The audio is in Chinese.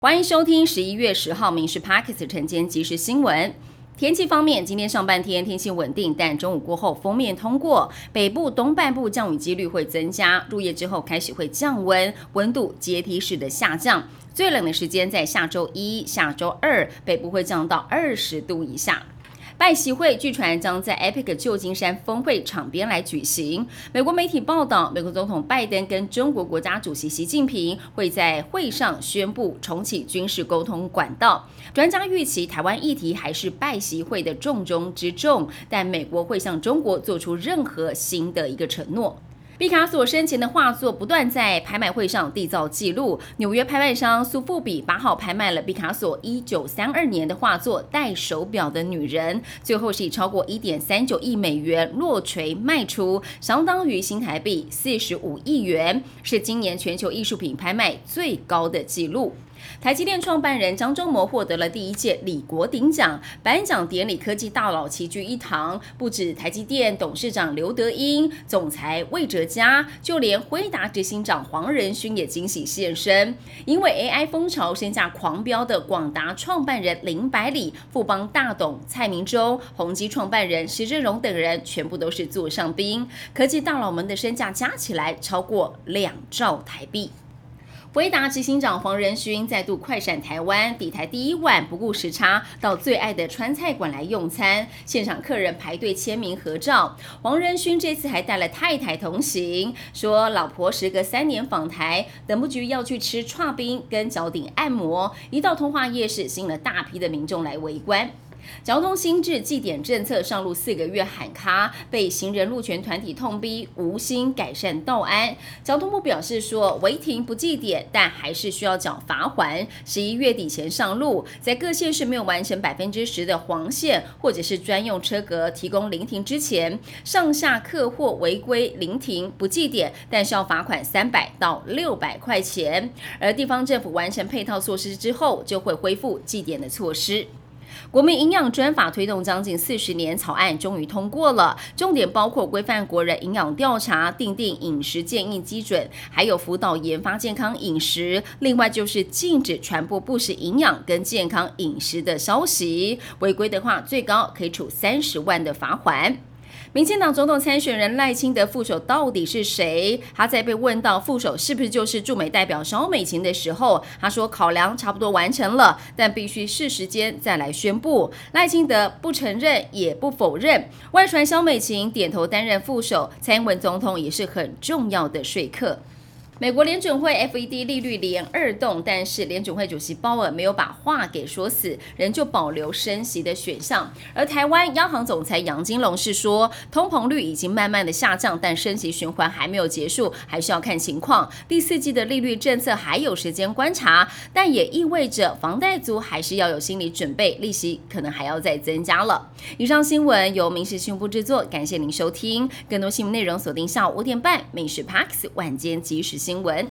欢迎收听11月10号民视 Podcast 晨间即时新闻。天气方面，今天上半天天气稳定，但中午过后锋面通过，北部东半部降雨几率会增加，入夜之后开始会降温，温度阶梯式的下降。最冷的时间在下周一、下周二，北部会降到20度以下。拜习会据传将在 EPIC 旧金山峰会场边来举行。美国媒体报道，美国总统拜登跟中国国家主席习近平会在会上宣布重启军事沟通管道。专家预期台湾议题还是拜习会的重中之重，但美国会向中国做出任何新的一个承诺。毕卡索生前的画作不断在拍卖会上缔造纪录。纽约拍卖商苏富比8号拍卖了毕卡索1932年的画作《戴手表的女人》，最后是以超过1.39亿美元落锤卖出，相当于新台币45亿元，是今年全球艺术品拍卖最高的纪录。台积电创办人张忠谋获得了第1届李国鼎奖，颁奖典礼科技大佬齐聚一堂，不止台积电董事长刘德音、总裁魏哲嘉，就连辉达执行长黄仁勋也惊喜现身。因为 AI 风潮身价狂飙的广达创办人林百里、富邦大董蔡明洲、宏基创办人施正荣等人全部都是座上宾，科技大佬们的身价加起来超过2兆台币。辉达执行长黄仁勋再度快闪台湾，抵台第1晚不顾时差，到最爱的川菜馆来用餐，现场客人排队签名合照。黄仁勋这次还带了太太同行，说老婆时隔3年访台，等不及要去吃剉冰跟脚底按摩。一到通化夜市，吸引了大批的民众来围观。交通新制祭典政策上路4个月喊卡，被行人路权团体痛逼无心改善道安。交通部表示说，违停不祭典，但还是需要缴罚锾。11月底前上路，在各县市没有完成10%的黄线或者是专用车格提供临停之前，上下客货违规临停不祭典，但是要罚款300到600块钱。而地方政府完成配套措施之后，就会恢复祭典的措施。国民营养专法推动将近40年，草案终于通过了，重点包括规范国人营养调查、订定饮食建议基准，还有辅导研发健康饮食。另外就是禁止传播不实营养跟健康饮食的消息，违规的话最高可以处30万的罚锾。民进党总统参选人赖清德副手到底是谁？他在被问到副手是不是就是驻美代表萧美琴的时候，他说考量差不多完成了，但必须是时间再来宣布。赖清德不承认也不否认，外传萧美琴点头担任副手，蔡英文总统也是很重要的说客。美国联准会 FED 利率连2动，但是联准会主席鲍尔没有把话给说死，仍旧保留升息的选项。而台湾央行总裁杨金龙是说，通膨率已经慢慢的下降，但升息循环还没有结束，还是要看情况。第4季的利率政策还有时间观察，但也意味着房贷族还是要有心理准备，利息可能还要再增加了。以上新闻由民视新闻部制作，感谢您收听。更多新闻内容锁定下午5点半，民视 Pax 晚间即时新闻。